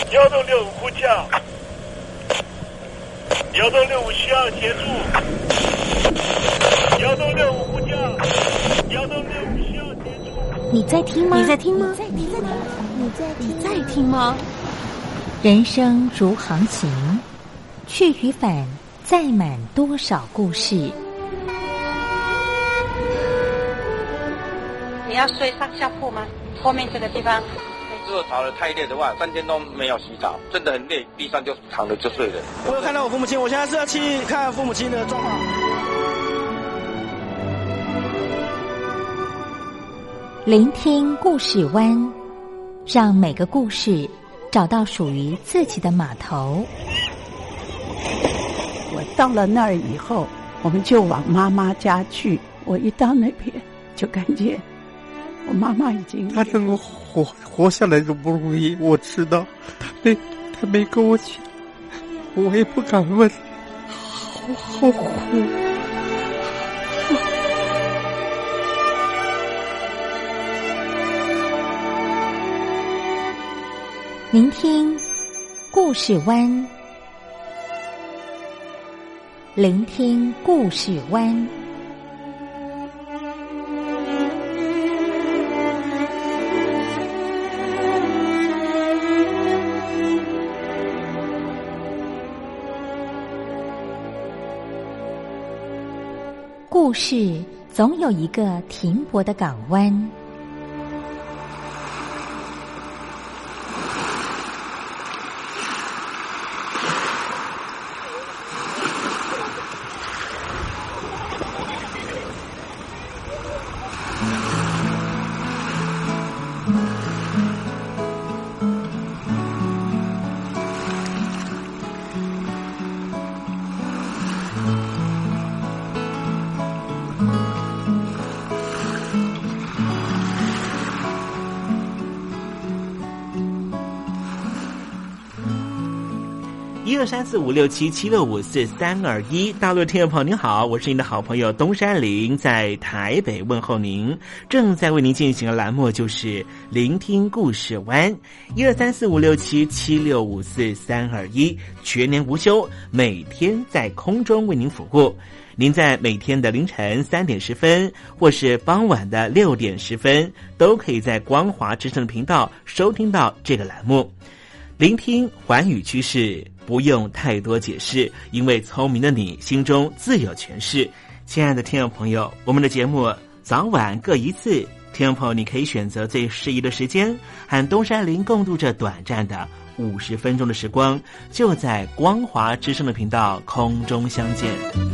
幺洞六五呼叫，幺洞六五需要协助，幺洞六五呼叫，幺洞六五需要协助。 你在听吗？ 你在听吗？ 你在听吗？ 人生如航行，去与返，载满多少故事。 你要睡上下铺吗？后面这个地方。 如果吵得太累的话，3天都没有洗澡，真的很累，地上就躺着就睡了。 我有看到我父母亲，我现在是要去看父母亲的状况。 聆听故事湾，让每个故事找到属于自己的码头。 我到了那儿以后，我们就往妈妈家去。我一到那边，就感觉我妈妈已经她能够活下来都不容易，我知道。她没跟我讲，我也不敢问，好苦。 聆听故事湾，聆听故事湾。故事总有一个停泊的港湾。 123456776543221，大陆的听众朋友您好，我是您的好朋友东山林，在台北问候您。正在为您进行的栏目就是聆听故事湾，123456776543221，全年无休，每天在空中为您服务。您在每天的凌晨3点10分，或是傍晚的6点10分，都可以在光华之声的频道收听到这个栏目。聆听寰宇趋势，不用太多解释，因为聪明的你心中自有诠释。亲爱的听众朋友，我们的节目早晚各一次，听众朋友你可以选择最适宜的时间，和东山林共度这短暂的50分钟的时光，就在光华之声的频道空中相见。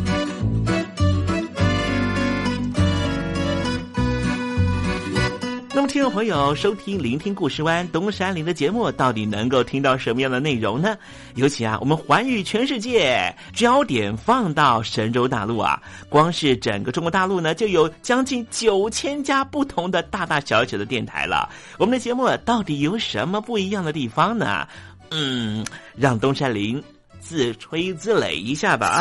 那么听众朋友收听聆听故事湾东山林的节目，到底能够听到什么样的内容呢？尤其我们寰宇全世界，焦点放到神州大陆光是整个中国大陆呢，就有将近9000家不同的大大小小的电台了。我们的节目到底有什么不一样的地方呢？让东山林自吹自擂一下吧。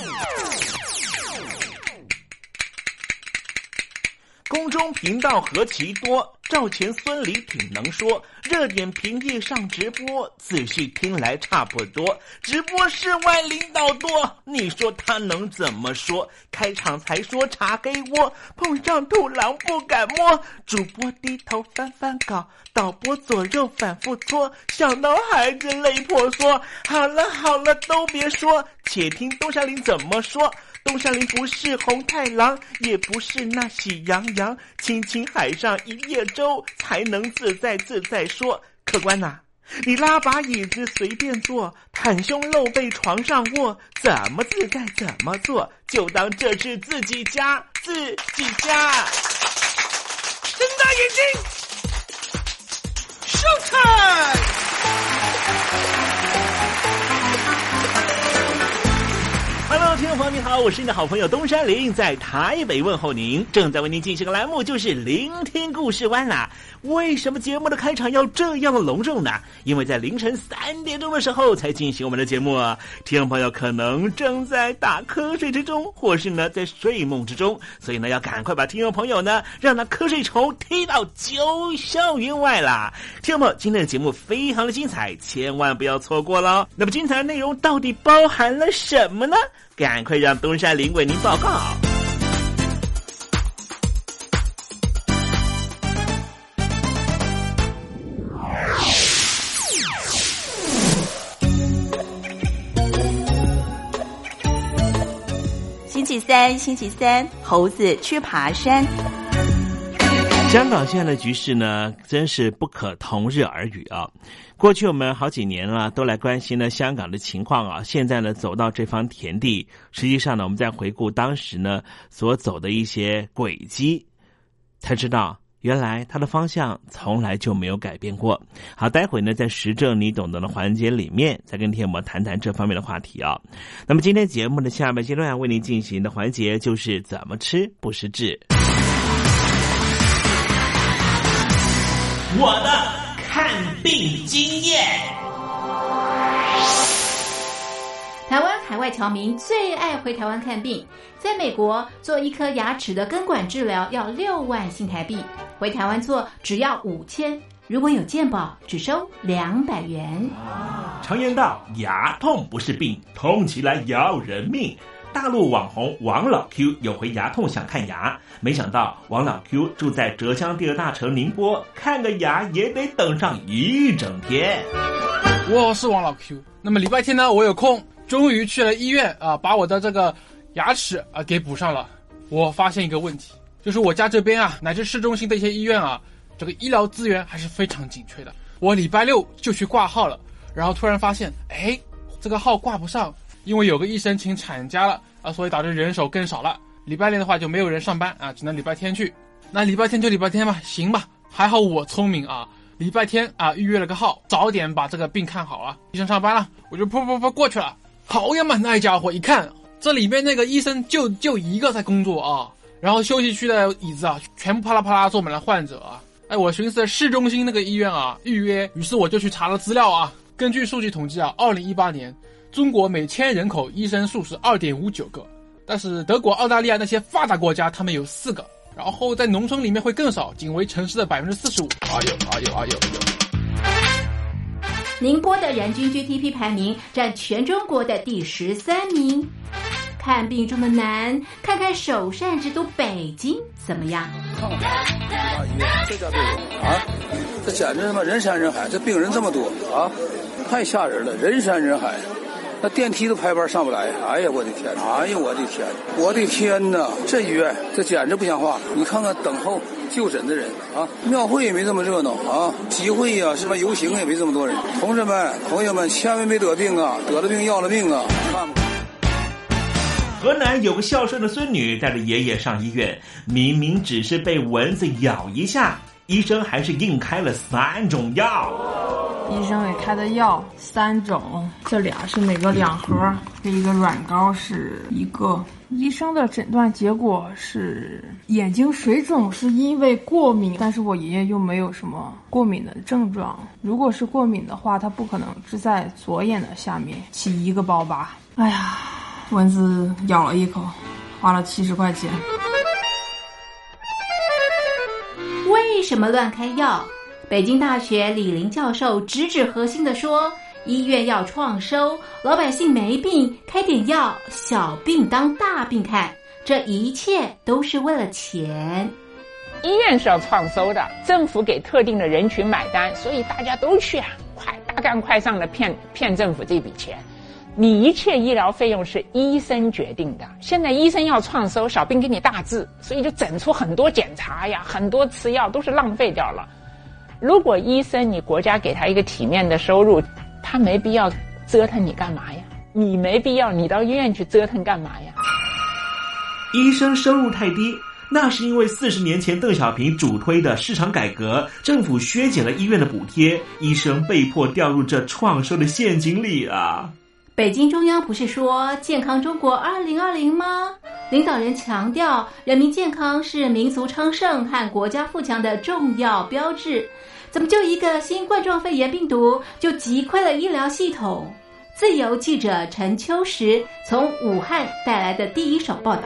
空中频道何其多，赵钱孙李挺能说，热点平地上直播，仔细听来差不多。直播室外领导多，你说他能怎么说？开场才说茶黑窝，碰上土狼不敢摸。主播低头翻翻稿，导播左右反复搓，想到孩子泪婆娑。好了好了，都别说，且听东山林怎么说。东山林不是红太狼，也不是那喜羊羊，亲亲海上一叶舟，才能自在自在说。客官你拉把椅子随便坐，袒胸露背床上卧，怎么自在怎么做，就当这是自己家，自己家。睁大眼睛 ，Showtime！Hello， 听众众朋友您好，我是你的好朋友东山林，在台北问候您。正在为您进行的栏目就是聆听故事湾啦。为什么节目的开场要这样的隆重呢？因为在凌晨3点钟的时候才进行我们的节目啊。听众朋友可能正在打瞌睡之中，或是呢在睡梦之中，所以呢要赶快把听众朋友呢让那瞌睡虫踢到九霄云外啦。听众朋友，今天的节目非常的精彩，千万不要错过了。那么精彩的内容到底包含了什么呢？赶快让东山林为您报告。 星期三，猴子去爬山。 香港现在的局势呢，真是不可同日而语啊！过去我们好几年了，都来关心呢香港的情况啊。现在呢，走到这方田地，实际上呢，我们在回顾当时呢所走的一些轨迹，才知道原来它的方向从来就没有改变过。好，待会呢，在时政你懂得的环节里面，再跟天魔谈谈这方面的话题啊。那么今天节目的下半阶段为您进行的环节就是怎么吃不失智。 我的看病经验。 台湾海外侨民最爱回台湾看病，在美国做一颗牙齿的根管治疗要6万新台币，回台湾做只要5000，如果有健保只收200元。 常言道，牙痛不是病，痛起来要人命。大陆网红王老 Q 有回牙痛想看牙，没想到王老 Q 住在浙江第2大城宁波，看个牙也得等上1整天。 我是王老 Q， 那么礼拜天呢，我有空，终于去了医院啊，把我的这个牙齿啊给补上了。我发现一个问题，就是我家这边啊，乃至市中心的一些医院啊，这个医疗资源还是非常紧缺的。我礼拜6就去挂号了，然后突然发现，这个号挂不上。因为有个医生请产假了啊，所以导致人手更少了。礼拜6的话就没有人上班啊，只能礼拜天去。那礼拜天就礼拜天吧，行吧。还好我聪明啊，礼拜天啊预约了个号，早点把这个病看好啊。医生上班了，我就噗过去了。好呀嘛，那家伙一看，这里面那个医生就一个在工作啊，然后休息区的椅子啊，全部啪啦啪啦坐满了患者啊。我寻思市中心那个医院啊预约，于是我就去查了资料啊。根据数据统计啊，2018年。中国每1000人口医生数是 2.59 个，但是德国、澳大利亚那些发达国家他们有4个，然后在农村里面会更少，仅为城市的 45%。 宁波的人均 GDP 排名占全中国的第13名。看病这么难，看看首善之都北京怎么样？ 这家病啊，这简直他妈人山人海，这病人这么多啊，太吓人了，人山人海。那电梯都排班上不来，哎呀我的天，哎呀我的天，我的天哪！这医院这简直不像话！你看看等候就诊的人啊，庙会也没这么热闹啊，集会呀、什么游行也没这么多人。同志们、朋友们，千万别得病啊，得了病要了命啊！看吧。 河南有个孝顺的孙女带着爷爷上医院，明明只是被蚊子咬一下，医生还是硬开了3种药。 医生给开的药3种，这俩是每个2盒，这一个软膏是1个。医生的诊断结果是眼睛水肿是因为过敏，但是我爷爷又没有什么过敏的症状。如果是过敏的话，他不可能是在左眼的下面起1个包疤。哎呀，蚊子咬了一口，花了70块钱。 为什么乱开药？北京大学李林教授直指核心地说，医院要创收，老百姓没病，开点药，小病当大病看，这一切都是为了钱。 医院是要创收的，政府给特定的人群买单，所以大家都去啊，大干快上的骗政府这笔钱。你一切医疗费用是医生决定的，现在医生要创收，小病给你大治，所以就整出很多检查呀，很多吃药都是浪费掉了。如果医生你国家给他一个体面的收入，他没必要折腾你干嘛呀？你没必要你到医院去折腾干嘛呀？ 医生收入太低，那是因为40年前邓小平主推的市场改革，政府削减了医院的补贴，医生被迫掉入这创收的陷阱里啊。 北京中央不是说健康中国2020吗？领导人强调，人民健康是民族昌盛和国家富强的重要标志。怎么就一个新冠状肺炎病毒就击溃了医疗系统？自由记者陈秋实从武汉带来的第一手报道。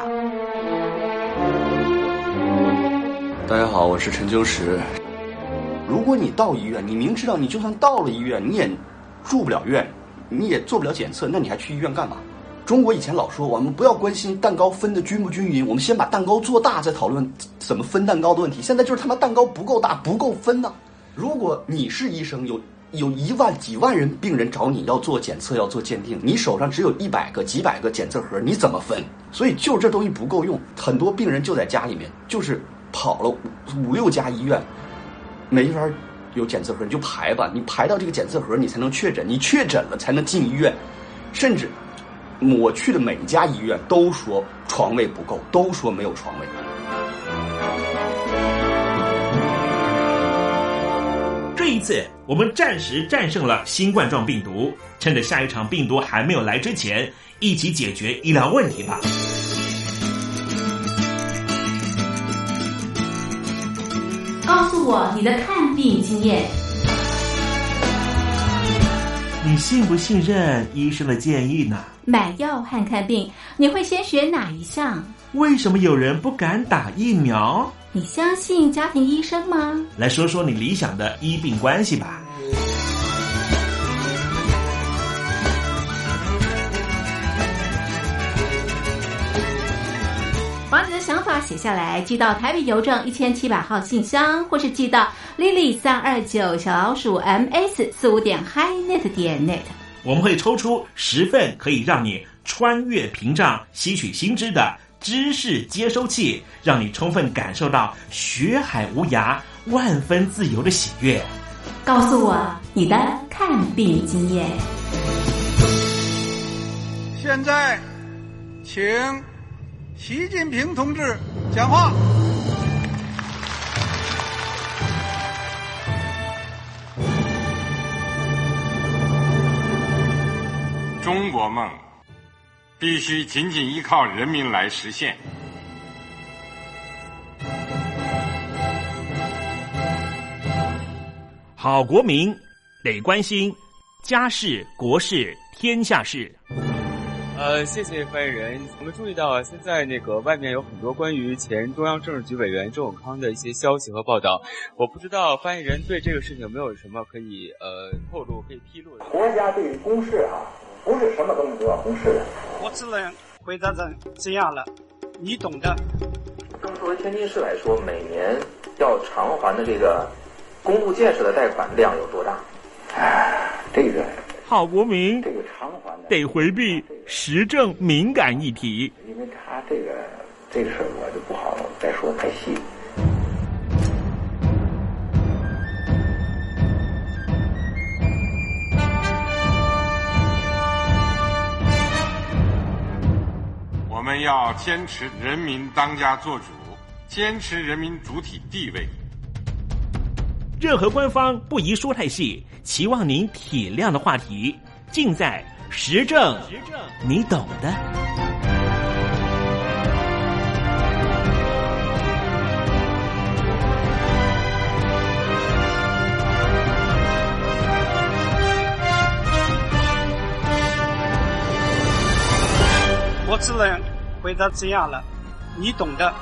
大家好，我是陈秋实。如果你到医院，你明知道你就算到了医院，你也住不了院，你也做不了检测，那你还去医院干嘛？中国以前老说我们不要关心蛋糕分的均不均匀，我们先把蛋糕做大再讨论怎么分蛋糕的问题。现在就是他妈蛋糕不够大，不够分呢。如果你是医生，有1万几万人病人找你要做检测要做鉴定，你手上只有100个几百个检测盒，你怎么分？所以就这东西不够用，很多病人就在家里面，就是跑了5、6家医院，没法有检测盒，你就排吧，你排到这个检测盒你才能确诊，你确诊了才能进医院。甚至我去的每一家医院都说床位不够，都说没有床位。 这一次我们暂时战胜了新冠状病毒，趁着下一场病毒还没有来之前，一起解决医疗问题吧。 告诉我你的看病经验。 你信不信任医生的建议呢？ 买药和看病，你会先选哪一项？ 为什么有人不敢打疫苗？ 你相信家庭医生吗？ 来说说你理想的医病关系吧。 把你的想法写下来，寄到台北邮政1700号信箱，或是寄到 lily329MS45.highnet.net。 我们会抽出10份可以让你穿越屏障、吸取新知的知识接收器，让你充分感受到学海无涯、万分自由的喜悦。 告诉我你的看病经验。 现在，请习近平同志讲话。 中国梦必须紧紧依靠人民来实现。 好国民得关心家事、国事、天下事。 谢谢发言人。我们注意到现在外面有很多关于前中央政治局委员周永康的一些消息和报道，我不知道发言人对这个事情有没有什么可以透露、可以披露的。 国家对于公事不是什么东西都要公示的。 我只能回答这样了，你懂的。 作为天津市来说，每年要偿还的这个公路建设的贷款量有多大？这个好国民这个偿还得回避时政敏感议题， 因为他这个事我就不好再说太细。 我们要坚持人民当家作主，坚持人民主体地位。 任何官方不宜说太细，期望您体谅的话题，尽在时政，你懂的。 我只能回答这样了，你懂的。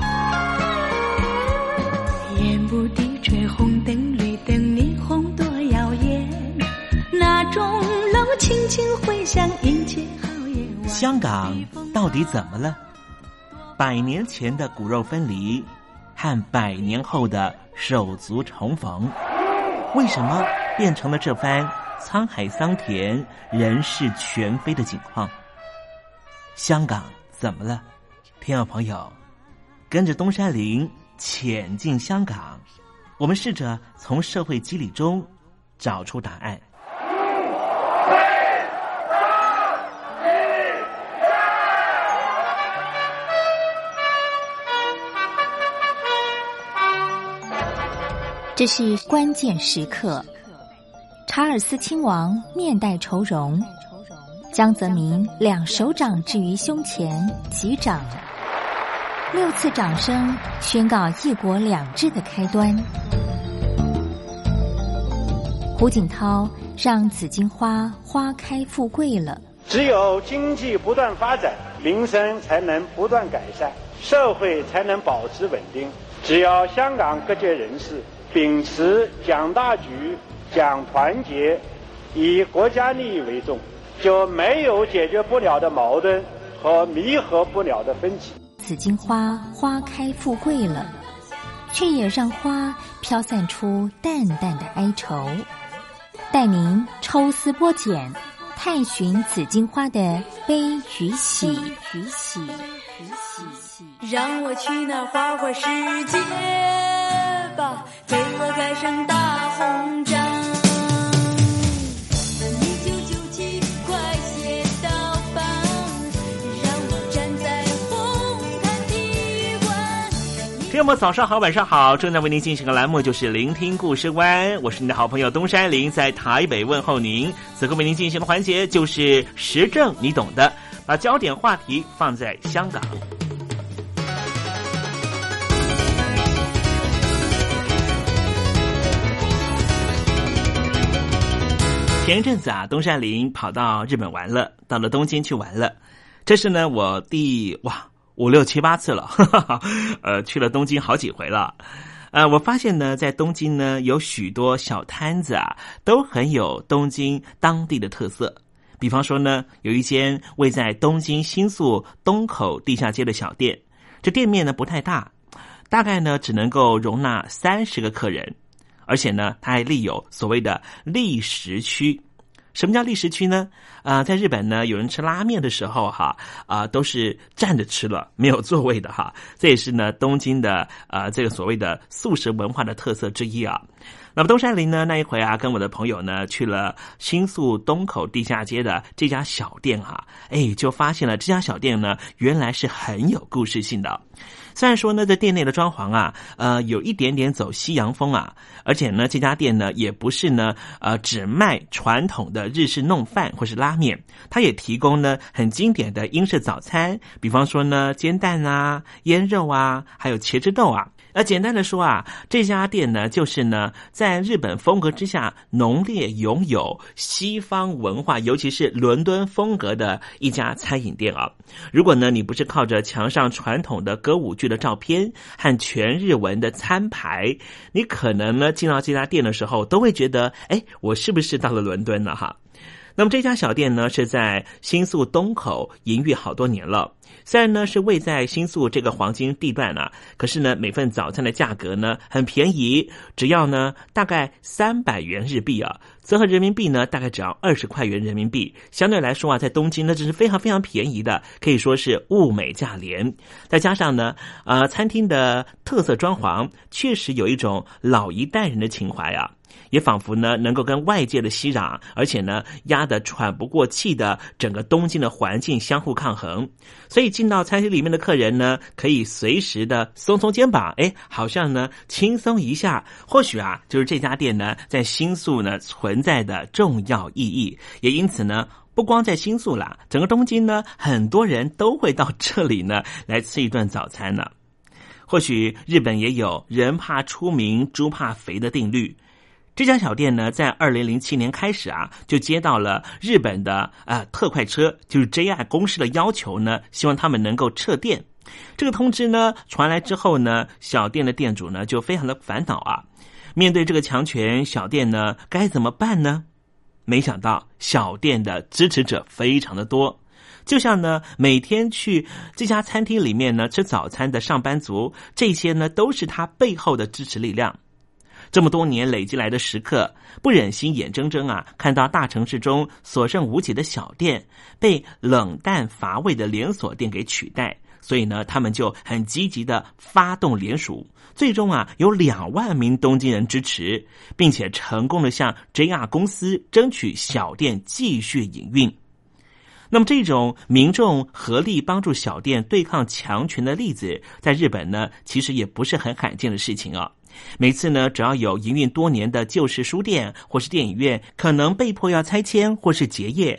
眼不低吹红灯绿灯，霓虹多耀眼，那钟楼轻轻回响，一切好夜晚。 香港到底怎么了？100年前的骨肉分离和100年后的手足重逢，为什么变成了这番沧海桑田、人事全非的景况？香港怎么了？听众朋友，跟着东山林潜进香港，我们试着从社会机理中找出答案。 这是关键时刻，查尔斯亲王面带愁容， 江泽民两手掌置于胸前，击掌，6次掌声宣告一国两制的开端。胡锦涛让紫荆花花开富贵了。 只有经济不断发展，民生才能不断改善，社会才能保持稳定。只要香港各界人士秉持讲大局、讲团结，以国家利益为重，就没有解决不了的矛盾和弥合不了的分歧。 紫荆花花开富贵了，却也让花飘散出淡淡的哀愁。带您抽丝剥茧，探寻紫荆花的悲与喜。 让我去那花花世界吧，给我盖上大红章。1997快写到榜，让我站在红磡体育馆。 听众们早上好，晚上好，正在为您进行的栏目就是聆听故事湾，我是您的好朋友东山林，在台北问候您。此刻为您进行的环节就是时政你懂的，把焦点话题放在香港。前一阵子啊，东山林跑到日本玩了，到了东京去玩了。这是呢我第5、6、7、8次了，去了东京好几回了。我发现呢，在东京呢有许多小摊子啊，都很有东京当地的特色。比方说呢，有一间位在东京新宿东口地下街的小店，这店面呢不太大，大概呢只能够容纳30个客人。而且呢，它还立有所谓的立食区。什么叫立食区呢？在日本呢，有人吃拉面的时候都是站着吃了，没有座位的哈。这也是呢东京的这个所谓的素食文化的特色之一啊。那么东山林呢，那一回啊，跟我的朋友呢去了新宿东口地下街的这家小店啊，就发现了这家小店呢，原来是很有故事性的。虽然说呢，在店内的装潢啊，有一点点走西洋风啊，而且呢，这家店呢也不是呢，只卖传统的日式弄饭或是拉面，它也提供呢很经典的英式早餐，比方说呢煎蛋啊、腌肉啊，还有茄汁豆啊。简单的说啊，这家店呢，就是呢，在日本风格之下浓烈拥有西方文化，尤其是伦敦风格的一家餐饮店啊。如果呢，你不是靠着墙上传统的歌舞剧的照片和全日文的餐牌，你可能呢进到这家店的时候，都会觉得，我是不是到了伦敦了哈？那么这家小店呢，是在新宿东口营运好多年了。虽然呢是位在新宿这个黄金地段啊，可是呢每份早餐的价格呢很便宜，只要呢大概300元日币啊，折合人民币呢大概只要20块元人民币。相对来说啊，在东京呢这是非常非常便宜的，可以说是物美价廉。再加上呢餐厅的特色装潢，确实有一种老一代人的情怀啊。也仿佛呢能够跟外界的熙攘，而且呢压得喘不过气的整个东京的环境相互抗衡。所以进到餐厅里面的客人呢，可以随时的松松肩膀，好像呢轻松一下。或许啊，就是这家店呢在新宿呢存在的重要意义。也因此呢，不光在新宿啦，整个东京呢，很多人都会到这里呢来吃一顿早餐呢。或许日本也有人怕出名猪怕肥的定律。这家小店呢，在2007年开始啊，就接到了日本的特快车，就是 JR 公司的要求呢，希望他们能够撤店。这个通知呢传来之后呢，小店的店主呢就非常的烦恼啊。面对这个强权，小店呢该怎么办呢？没想到小店的支持者非常的多。就像呢，每天去这家餐厅里面呢吃早餐的上班族，这些呢都是他背后的支持力量。这么多年累积来的食客不忍心眼睁睁啊看到大城市中所剩无几的小店被冷淡乏味的连锁店给取代，所以呢他们就很积极的发动联署，最终啊有2万名东京人支持，并且成功的向 JR 公司争取小店继续营运。那么这种民众合力帮助小店对抗强权的例子，在日本呢其实也不是很罕见的事情啊。每次呢，只要有营运多年的旧式书店或是电影院可能被迫要拆迁或是结业，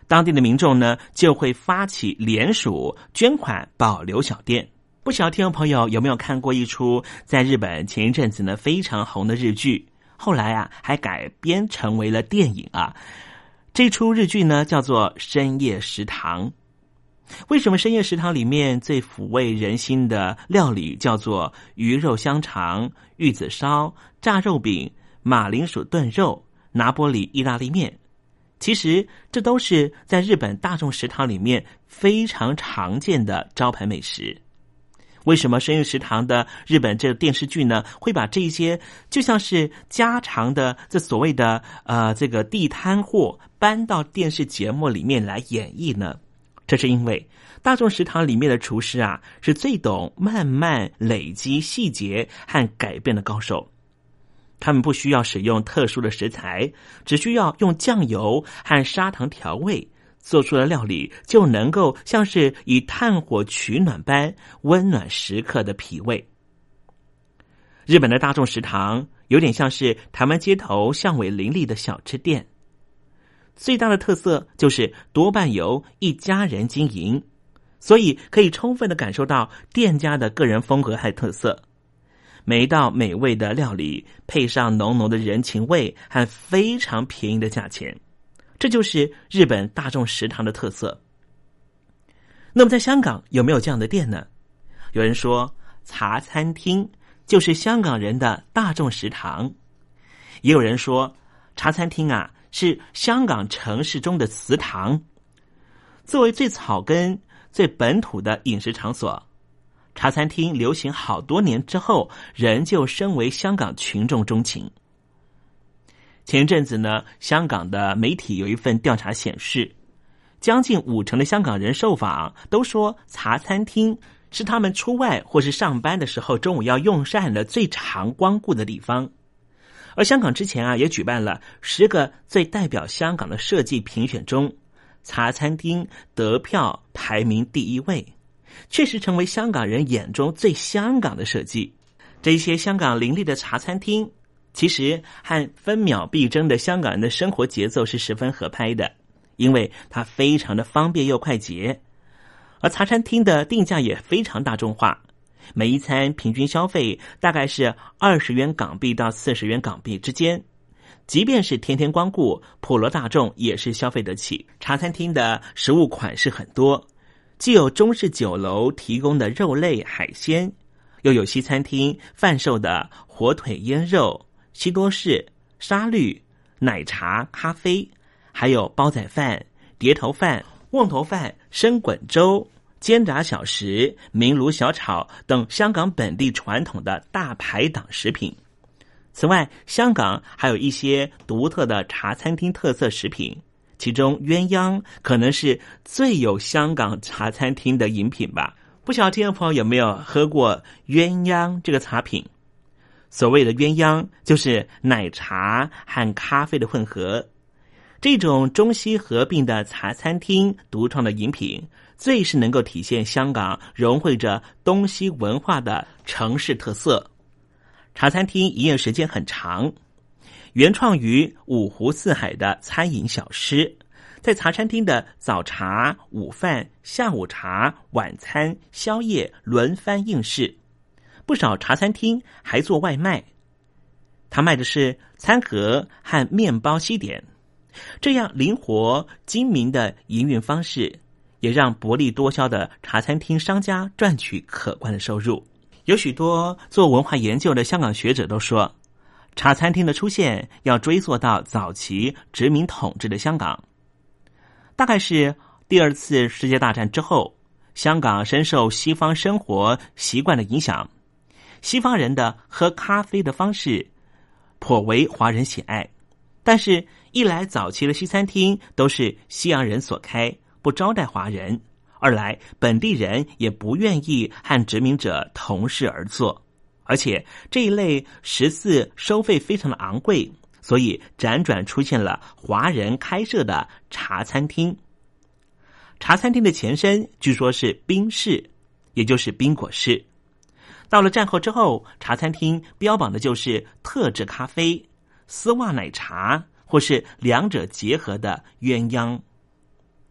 当地的民众呢就会发起联署捐款保留小店。不晓得听众朋友有没有看过一出在日本前一阵子呢非常红的日剧，后来啊还改编成为了电影啊。这出日剧呢叫做《深夜食堂》。为什么深夜食堂里面最抚慰人心的料理叫做鱼肉香肠、玉子烧、炸肉饼、马铃薯炖肉、拿坡里意大利面？其实这都是在日本大众食堂里面非常常见的招牌美食。为什么深夜食堂的日本这个电视剧呢会把这些就像是家常的这所谓的这个地摊货搬到电视节目里面来演绎呢？这是因为大众食堂里面的厨师啊是最懂慢慢累积细节和改变的高手。他们不需要使用特殊的食材，只需要用酱油和砂糖调味，做出的料理就能够像是以炭火取暖般温暖食客的脾胃。日本的大众食堂有点像是台湾街头巷尾林立的小吃店，最大的特色就是多半由一家人经营，所以可以充分的感受到店家的个人风格和特色。每一道美味的料理配上浓浓的人情味和非常便宜的价钱，这就是日本大众食堂的特色。那么在香港有没有这样的店呢？有人说茶餐厅就是香港人的大众食堂，也有人说茶餐厅啊是香港城市中的祠堂。作为最草根最本土的饮食场所，茶餐厅流行好多年之后仍旧深为香港群众钟情。前一阵子呢，香港的媒体有一份调查显示，将近50%的香港人受访都说茶餐厅是他们出外或是上班的时候中午要用膳的最常光顾的地方。而香港之前啊也举办了10个最代表香港的设计评选中，茶餐厅得票排名第1位，确实成为香港人眼中最香港的设计。这些香港林立的茶餐厅其实和分秒必争的香港人的生活节奏是十分合拍的，因为它非常的方便又快捷。而茶餐厅的定价也非常大众化，每一餐平均消费大概是20元港币到40元港币之间，即便是天天光顾，普罗大众也是消费得起。茶餐厅的食物款式很多，既有中式酒楼提供的肉类海鲜，又有西餐厅贩售的火腿腌肉、西多士、沙律、奶茶、咖啡，还有煲仔饭、碟头饭、瓮头饭、生滚粥、煎炸小食、明炉小炒等香港本地传统的大排档食品。此外，香港还有一些独特的茶餐厅特色食品，其中鸳鸯可能是最有香港茶餐厅的饮品吧。不晓得听众朋友有没有喝过鸳鸯这个茶品？所谓的鸳鸯就是奶茶和咖啡的混合，这种中西合并的茶餐厅独创的饮品，最是能够体现香港融汇着东西文化的城市特色。茶餐厅营业时间很长，原创于五湖四海的餐饮小吃，在茶餐厅的早茶、午饭、下午茶、晚餐、宵夜轮番应市。不少茶餐厅还做外卖，他卖的是餐盒和面包西点。这样灵活精明的营运方式，也让薄利多销的茶餐厅商家赚取可观的收入。有许多做文化研究的香港学者都说，茶餐厅的出现要追溯到早期殖民统治的香港。大概是第2次世界大战之后，香港深受西方生活习惯的影响，西方人的喝咖啡的方式颇为华人喜爱。但是一来早期的西餐厅都是西洋人所开，不招待华人；二来本地人也不愿意和殖民者同室而坐，而且这一类食肆收费非常的昂贵，所以辗转出现了华人开设的茶餐厅。茶餐厅的前身据说是冰室，也就是冰果室。到了战后之后，茶餐厅标榜的就是特制咖啡、丝袜奶茶，或是两者结合的鸳鸯。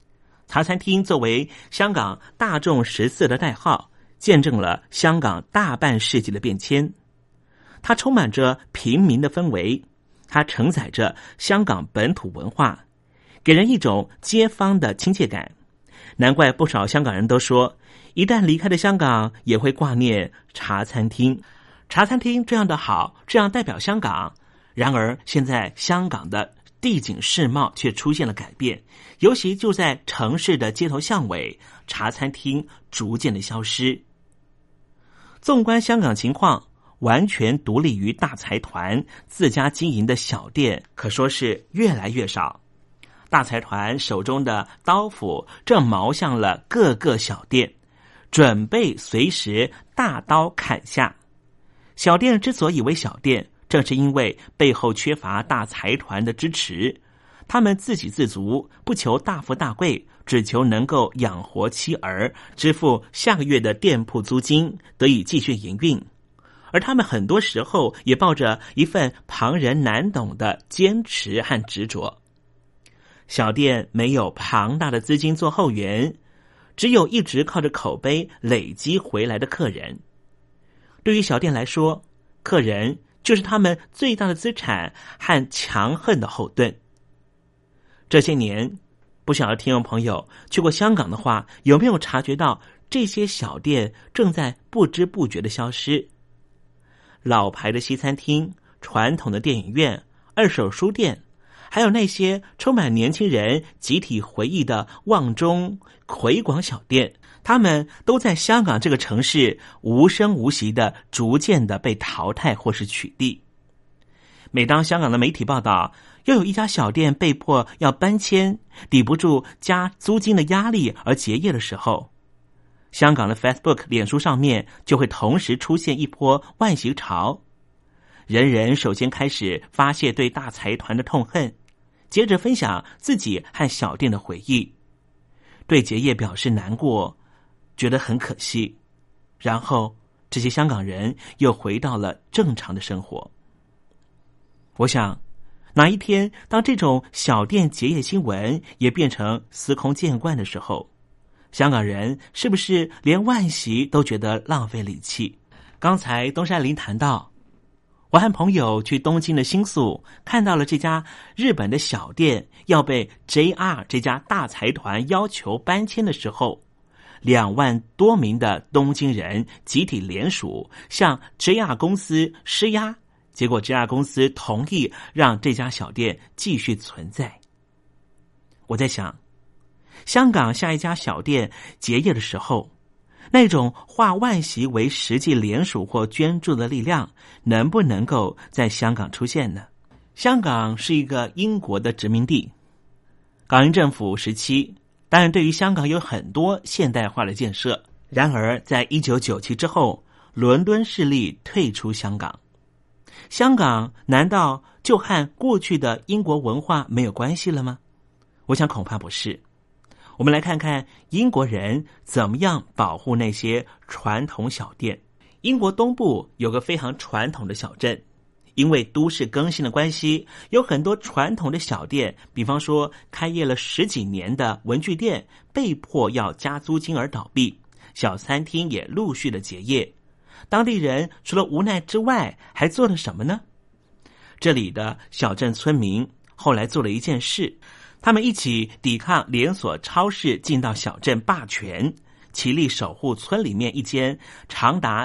茶餐厅作为香港大众食肆的代号，见证了香港大半世纪的变迁。它充满着平民的氛围，它承载着香港本土文化，给人一种街坊的亲切感。难怪不少香港人都说，一旦离开了香港，也会挂念茶餐厅。茶餐厅这样的好，这样代表香港。然而现在香港的地景世貌却出现了改变，尤其就在城市的街头巷尾，茶餐厅逐渐的消失。纵观香港情况，完全独立于大财团自家经营的小店可说是越来越少。大财团手中的刀斧正瞄向了各个小店，准备随时大刀砍下。小店之所以为小店，正是因为背后缺乏大财团的支持，他们自给自足，不求大富大贵，只求能够养活妻儿，支付下个月的店铺租金，得以继续营运。而他们很多时候也抱着一份旁人难懂的坚持和执着。小店没有庞大的资金做后援，只有一直靠着口碑累积回来的客人。对于小店来说，客人就是他们最大的资产和强横的后盾。这些年，不晓得听众朋友去过香港的话，有没有察觉到这些小店正在不知不觉的消失？老牌的西餐厅、传统的电影院、二手书店，还有那些充满年轻人集体回忆的旺中、葵广小店，他们都在香港这个城市无声无息的逐渐的被淘汰或是取缔。每当香港的媒体报道又有一家小店被迫要搬迁，抵不住加租金的压力而结业的时候，香港的 Facebook 脸书上面就会同时出现一波惋惜潮。人人首先开始发泄对大财团的痛恨，接着分享自己和小店的回忆，对结业表示难过，觉得很可惜。然后这些香港人又回到了正常的生活。我想哪一天当这种小店结业新闻也变成司空见惯的时候，香港人是不是连惋惜都觉得浪费力气？刚才东山林谈到，我和朋友去东京的新宿，看到了这家日本的小店要被 JR 这家大财团要求搬迁的时候，2万多名的东京人集体联署向 JR 公司施压，结果 JR 公司同意让这家小店继续存在。我在想，香港下一家小店结业的时候，那种化惋惜为实际联署或捐助的力量能不能够在香港出现呢？香港是一个英国的殖民地，港英政府时期当然对于香港有很多现代化的建设，然而在1997之后，伦敦势力退出香港。香港难道就和过去的英国文化没有关系了吗？我想恐怕不是。我们来看看英国人怎么样保护那些传统小店。英国东部有个非常传统的小镇，因为都市更新的关系，有很多传统的小店，比方说开业了10几年的文具店被迫要加租金而倒闭，小餐厅也陆续的结业。当地人除了无奈之外还做了什么呢？这里的小镇村民后来做了一件事，他们一起抵抗连锁超市进到小镇霸权，齐力守护村里面一间长达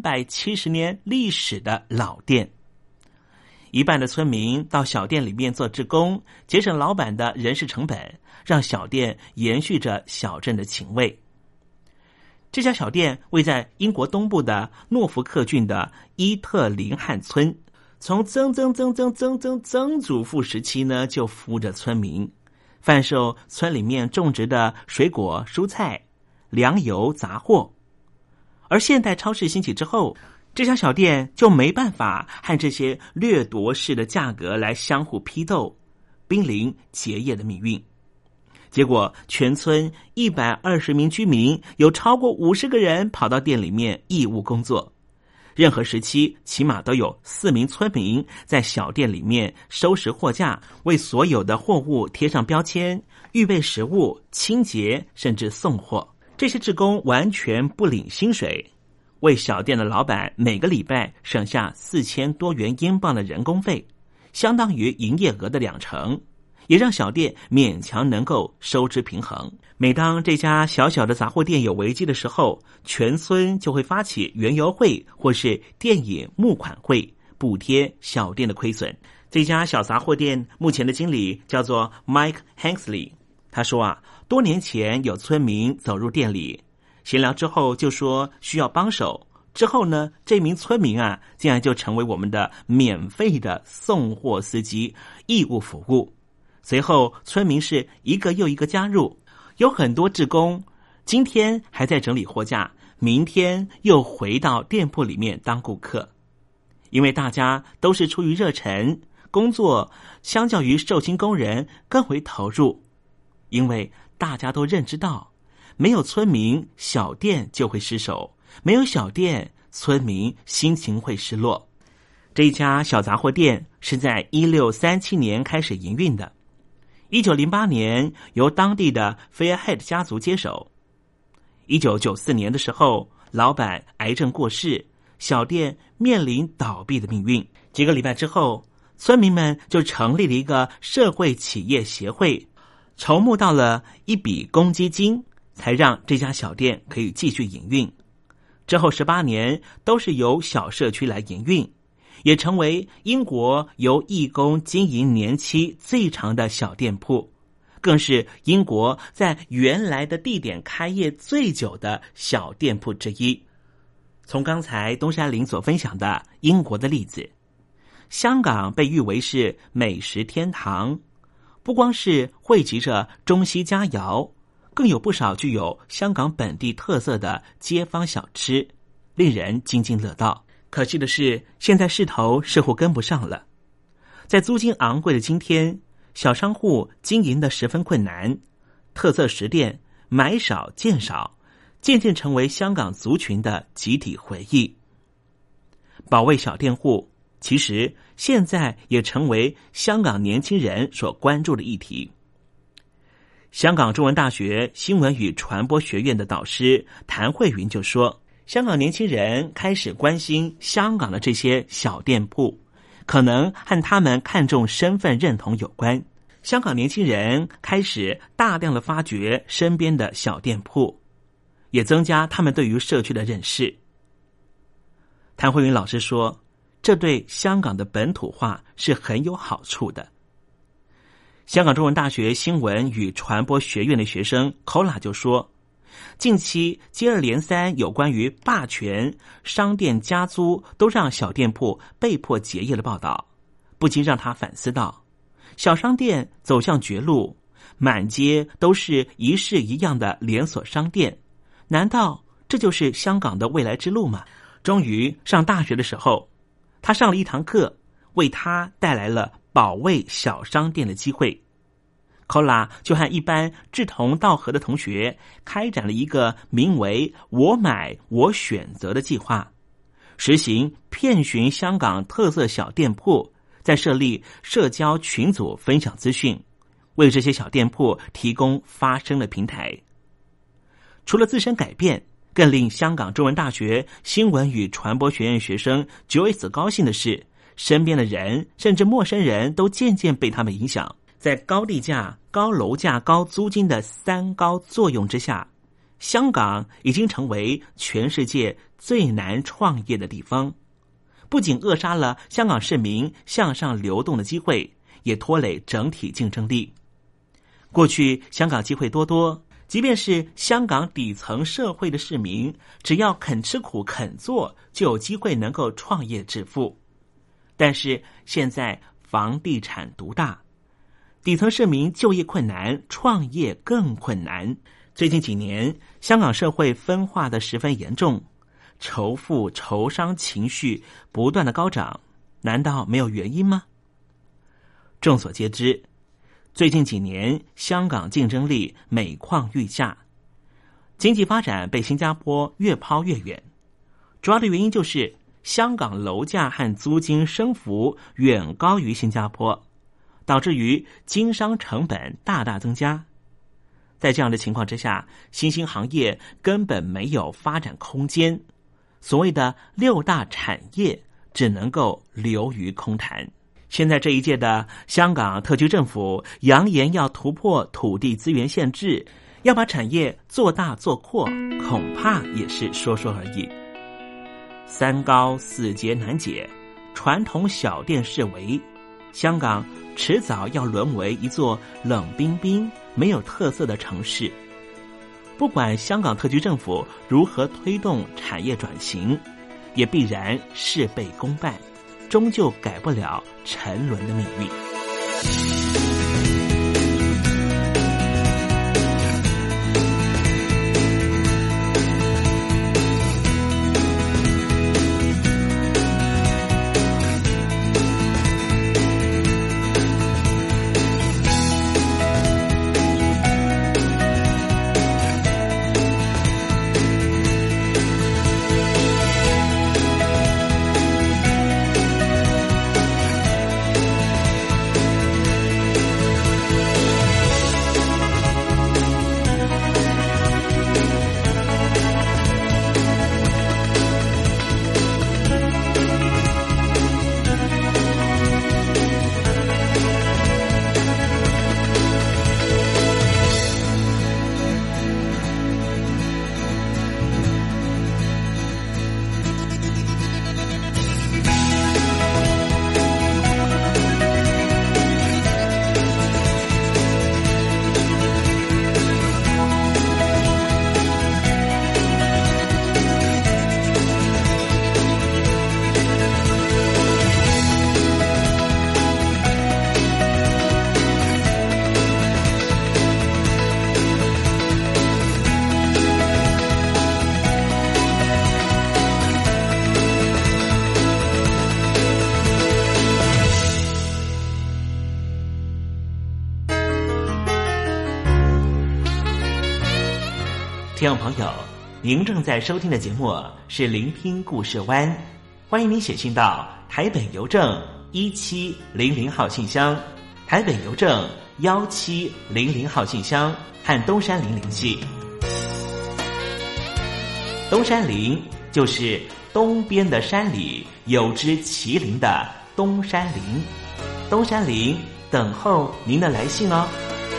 370年历史的老店。一半的村民到小店里面做志工，节省老板的人事成本，让小店延续着小镇的情味。这家小店位在英国东部的诺福克郡的伊特林汉村，从曾祖父时期呢就服务着村民，贩售村里面种植的水果、蔬菜、粮油、杂货。而现代超市兴起之后，这家小店就没办法和这些掠夺式的价格来相互批斗，濒临结业的命运。结果全村120名居民有超过50个人跑到店里面义务工作， 任何时期起码都有4名村民在小店里面收拾货架，为所有的货物贴上标签，预备食物、清洁，甚至送货。这些志工完全不领薪水，为小店的老板每个礼拜省下4000多元英镑的人工费，相当于营业额的2%，也让小店勉强能够收支平衡。每当这家小小的杂货店有危机的时候，全村就会发起园游会或是电影募款会，补贴小店的亏损。这家小杂货店目前的经理叫做 Mike Hanksley， 他说多年前有村民走入店里闲聊之后就说需要帮手，之后呢，这名村民竟然就成为我们的免费的送货司机，义务服务。随后村民是一个又一个加入，有很多志工今天还在整理货架，明天又回到店铺里面当顾客。因为大家都是出于热忱，工作相较于受薪工人更为投入，因为大家都认知到没有村民，小店就会失守，没有小店，村民心情会失落。这一家小杂货店是在1637年开始营运的，1908年由当地的 Fairhead 家族接手。1994年的时候，老板癌症过世，小店面临倒闭的命运。几个礼拜之后，村民们就成立了一个社会企业协会，筹募到了一笔公积金，才让这家小店可以继续营运。之后18年都是由小社区来营运，也成为英国由义工经营年期最长的小店铺，更是英国在原来的地点开业最久的小店铺之一。从刚才东山林所分享的英国的例子，香港被誉为是美食天堂，不光是汇集着中西佳肴，更有不少具有香港本地特色的街坊小吃，令人津津乐道。可惜的是，现在势头似乎跟不上了。在租金昂贵的今天，小商户经营的十分困难，特色食店买少见少，渐渐成为香港族群的集体回忆。保卫小店户，其实现在也成为香港年轻人所关注的议题。香港中文大学新闻与传播学院的导师谭慧云就说，香港年轻人开始关心香港的这些小店铺，可能和他们看重身份认同有关。香港年轻人开始大量的发掘身边的小店铺，也增加他们对于社区的认识。谭慧云老师说，这对香港的本土化是很有好处的。香港中文大学新闻与传播学院的学生 Kola 就说，近期接二连三有关于霸权、商店加租都让小店铺被迫结业的报道，不禁让他反思到，小商店走向绝路，满街都是一式一样的连锁商店，难道这就是香港的未来之路吗？终于上大学的时候，他上了一堂课，为他带来了保卫小商店的机会。Kola 就和一般志同道合的同学开展了一个名为我买我选择的计划，实行遍寻香港特色小店铺，再设立社交群组分享资讯，为这些小店铺提供发声的平台。除了自身改变，更令香港中文大学新闻与传播学院学生 Joyce 高兴的是，身边的人甚至陌生人都渐渐被他们影响。在高地价、高楼价、高租金的3高作用之下，香港已经成为全世界最难创业的地方，不仅扼杀了香港市民向上流动的机会，也拖累整体竞争力。过去香港机会多多，即便是香港底层社会的市民，只要肯吃苦肯做，就有机会能够创业致富。但是现在房地产独大，底层市民就业困难，创业更困难。最近几年，香港社会分化的十分严重，仇富仇商情绪不断的高涨，难道没有原因吗？众所皆知，最近几年香港竞争力每况愈下，经济发展被新加坡越抛越远，主要的原因就是香港楼价和租金升幅远高于新加坡，导致于经商成本大大增加。在这样的情况之下，新兴行业根本没有发展空间，所谓的6大产业只能够流于空谈。现在这一届的香港特区政府扬言要突破土地资源限制，要把产业做大做阔，恐怕也是说说而已。3高4节难解，传统小店式微，香港迟早要沦为一座冷冰冰没有特色的城市。不管香港特区政府如何推动产业转型，也必然事倍功半，终究改不了沉沦的命运。听众朋友，您正在收听的节目是聆听故事湾，欢迎您写信到台北邮政1700号信箱，台北邮政1700号信箱和东山林联系。东山林就是东边的山里有只麒麟的东山林，东山林等候您的来信哦。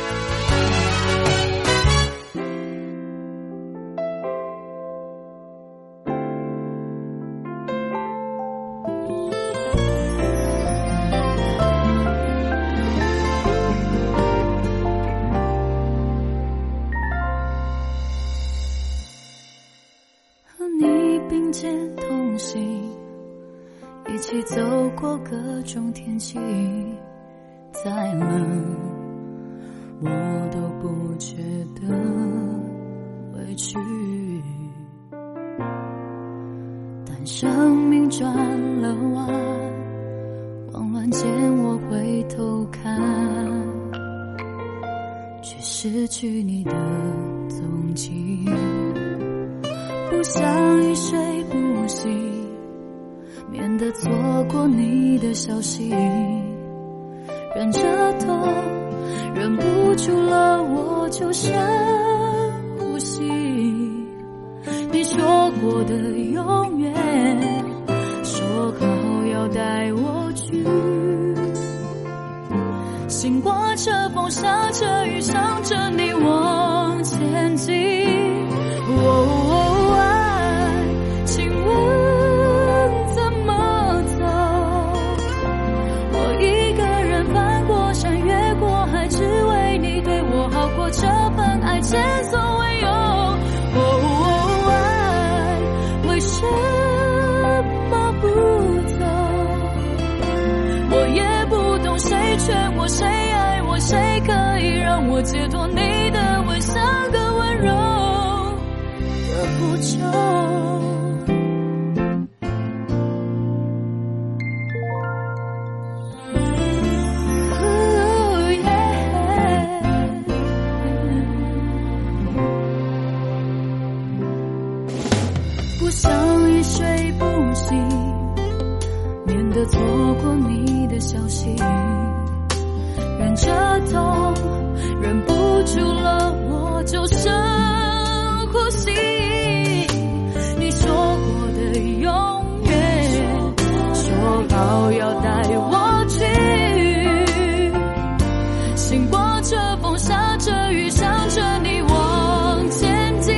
再冷我都不觉得委屈，但生命转了弯，慌乱间我回头看，却失去你的踪迹，不想一睡不醒，免得错过你的消息，忍着痛，忍不住了，我就深呼吸。你说过的永远，说好要带我去。心刮着风，下着雨，想着你往前进。哦，爱，请问怎么走？我一个人翻过山，越过海，只为你对我好过，这份爱前所未有。哦，爱，为什么不走？我也不懂，谁劝我，谁爱我，谁可以让我解脱？你的吻像个温柔的符咒。不想一睡不醒， 得错过你的消息，忍着痛，忍不住了，我就深呼吸。你说过的永远，说好要带我去，心刮着风，下着雨，想着你往前进。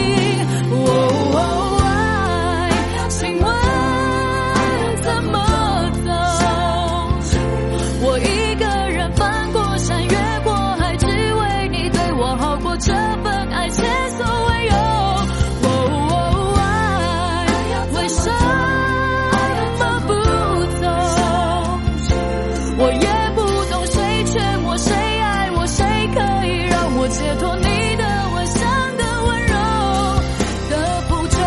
爱，请问怎么走？我一个人翻过山，越过海，只为你对我好过，这份爱前所未有。爱，为什么不走？我也不懂，谁劝我，谁爱我，谁可以让我解脱你的吻香的温柔的负重。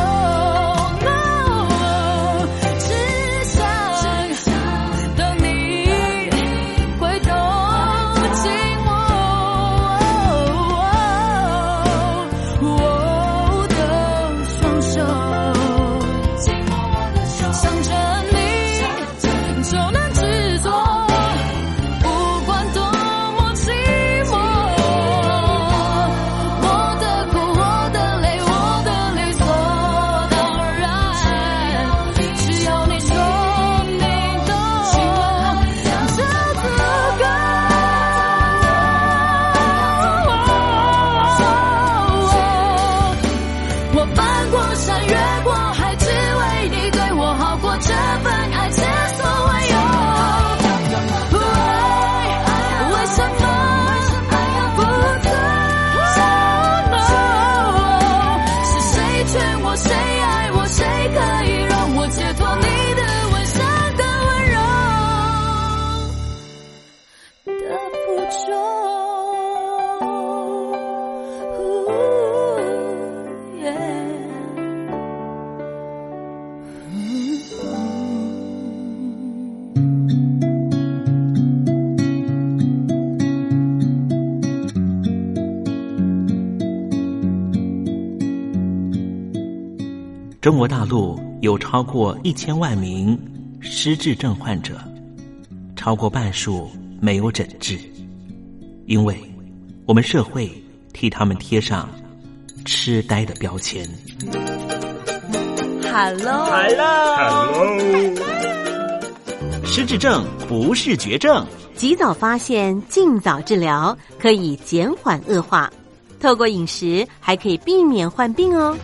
只想等你回头紧握我的双手，想着你就能知足，不管多么寂寞。我的苦，我的泪，我的理所当然，只要你说你懂，就足够。我翻过山，越过海，只为你对我好过，这份爱前所未有。为什么不走？是谁劝我，谁爱我，谁可以让我解脱你的吻香的温柔的负重。 中国大陆有超过1000万名失智症患者，超过半数没有诊治，因为我们社会替他们贴上痴呆的标签。 Hello， 失智症不是绝症， 及早发现，尽早治疗，可以减缓恶化。透过饮食还可以避免患病哦。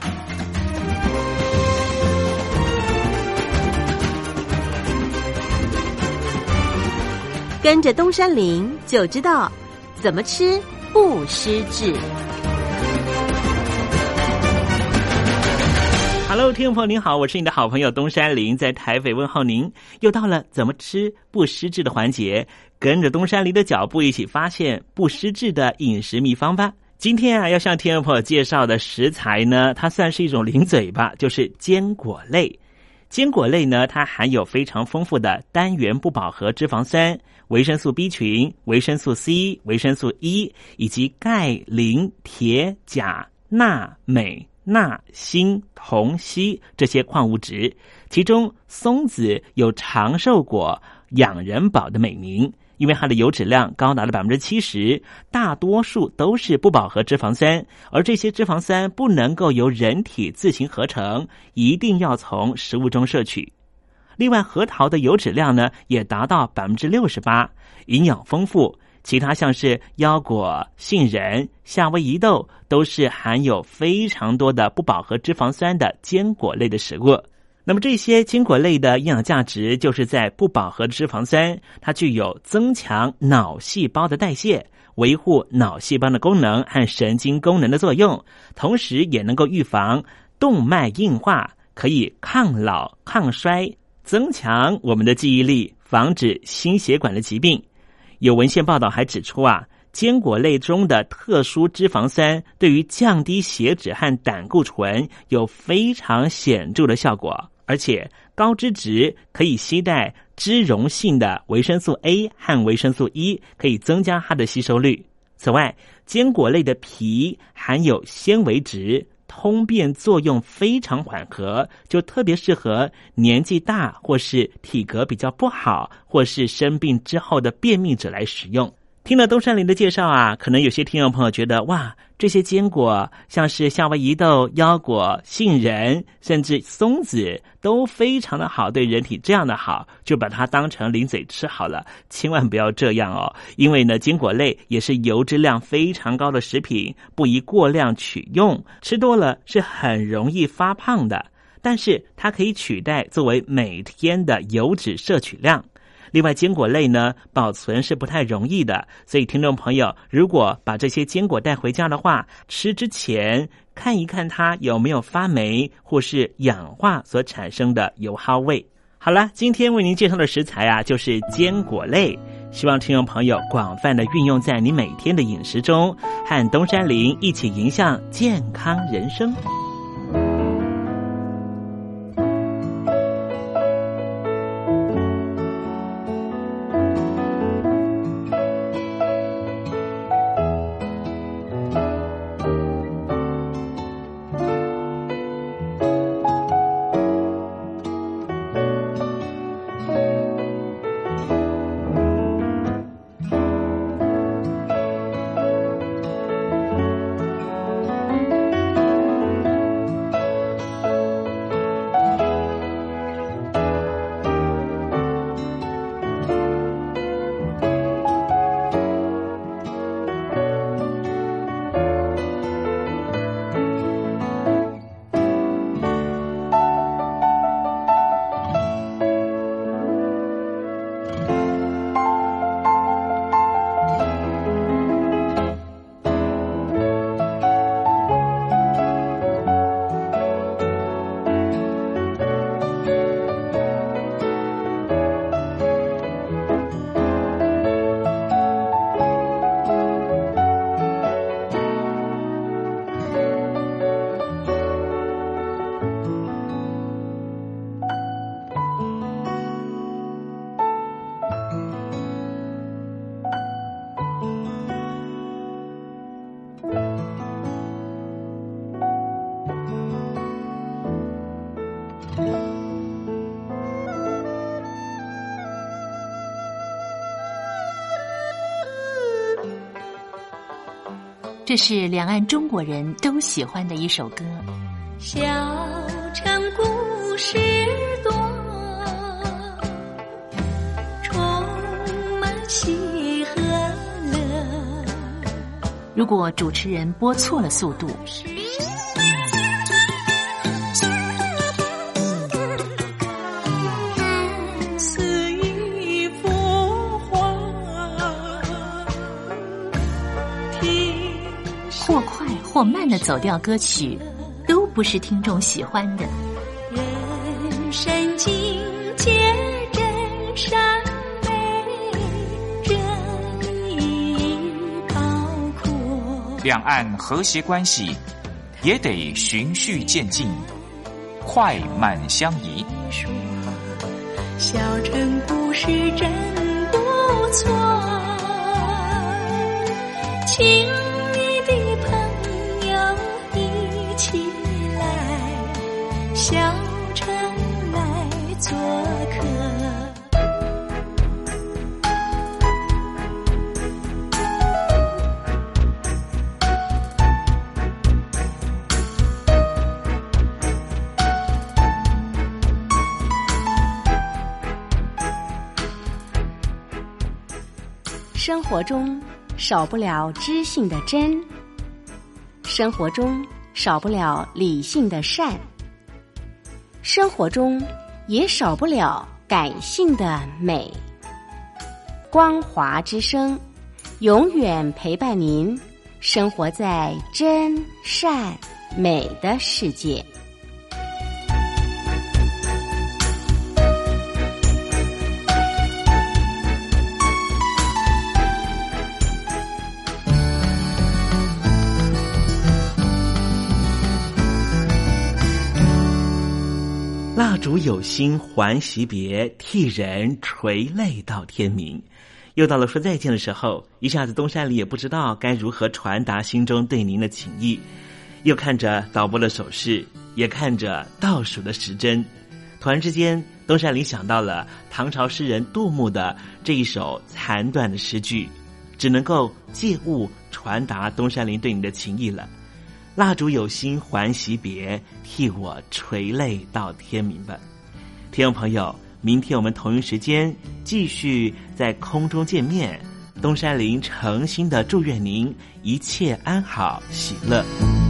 跟着东山林就知道怎么吃不失智。 Hello， 听众朋友您好，我是你的好朋友东山林，在台北问候您。又到了怎么吃不失智的环节，跟着东山林的脚步，一起发现不失智的饮食秘方吧。今天要向听众朋友介绍的食材呢，它算是一种零嘴吧，就是坚果类。坚果类呢，它含有非常丰富的单元不饱和脂肪酸、维生素 B 群、维生素 C、维生素 E 以及钙、磷、铁、钾、钠、镁、钠、锌、铜、硒这些矿物质。其中松子有长寿果、养人宝的美名，因为它的油脂量高达了 70%， 大多数都是不饱和脂肪酸，而这些脂肪酸不能够由人体自行合成，一定要从食物中摄取。另外，核桃的油脂量呢也达到 68%， 营养丰富。其他像是腰果、杏仁、夏威夷豆都是含有非常多的不饱和脂肪酸的坚果类的食物。那么这些坚果类的营养价值就是在不饱和脂肪酸，它具有增强脑细胞的代谢，维护脑细胞的功能和神经功能的作用，同时也能够预防动脉硬化，可以抗老抗衰，增强我们的记忆力，防止心血管的疾病。有文献报道还指出坚果类中的特殊脂肪酸对于降低血脂和胆固醇有非常显著的效果，而且高脂质可以携带脂溶性的维生素 A 和维生素 E， 可以增加它的吸收率。此外，坚果类的皮含有纤维质， 通便作用非常缓和，就特别适合年纪大或是体格比较不好或是生病之后的便秘者来使用。听了东山林的介绍啊，可能有些听众朋友觉得哇，这些坚果像是夏威夷豆、腰果、杏仁甚至松子都非常的好，对人体这样的好，就把它当成零嘴吃好了。千万不要这样哦，因为呢坚果类也是油脂量非常高的食品，不宜过量取用，吃多了是很容易发胖的。但是它可以取代作为每天的油脂摄取量。另外坚果类呢保存是不太容易的，所以听众朋友如果把这些坚果带回家的话，吃之前看一看它有没有发霉或是氧化所产生的油耗味。好了，今天为您介绍的食材啊就是坚果类，希望听众朋友广泛的运用在你每天的饮食中，和东山林一起迎向健康人生。 这是两岸中国人都喜欢的一首歌。 小城故事多，充满喜和乐。 如果主持人播错了速度，或快或慢的走调歌曲，都不是听众喜欢的。 人生境界真善美，真意高阔。 两岸和谐关系也得循序渐进，快慢相宜。 小城故事真不错，亲密的朋友一起来，小城来做客。 生活中少不了知性的真，生活中少不了理性的善，生活中也少不了感性的美。光华之声永远陪伴您，生活在真善美的世界。 蜡烛有心还惜别，替人垂泪到天明。又到了说再见的时候，一下子东山里也不知道该如何传达心中对您的情意。 又看着导播的手势，也看着倒数的时针，突然之间，东山林想到了唐朝诗人杜牧的这一首残短的诗句，只能够借物传达东山林对你的情意了。蜡烛有心还惜别，替我垂泪到天明吧。听众朋友，明天我们同一时间继续在空中见面。东山林诚心的祝愿您一切安好喜乐。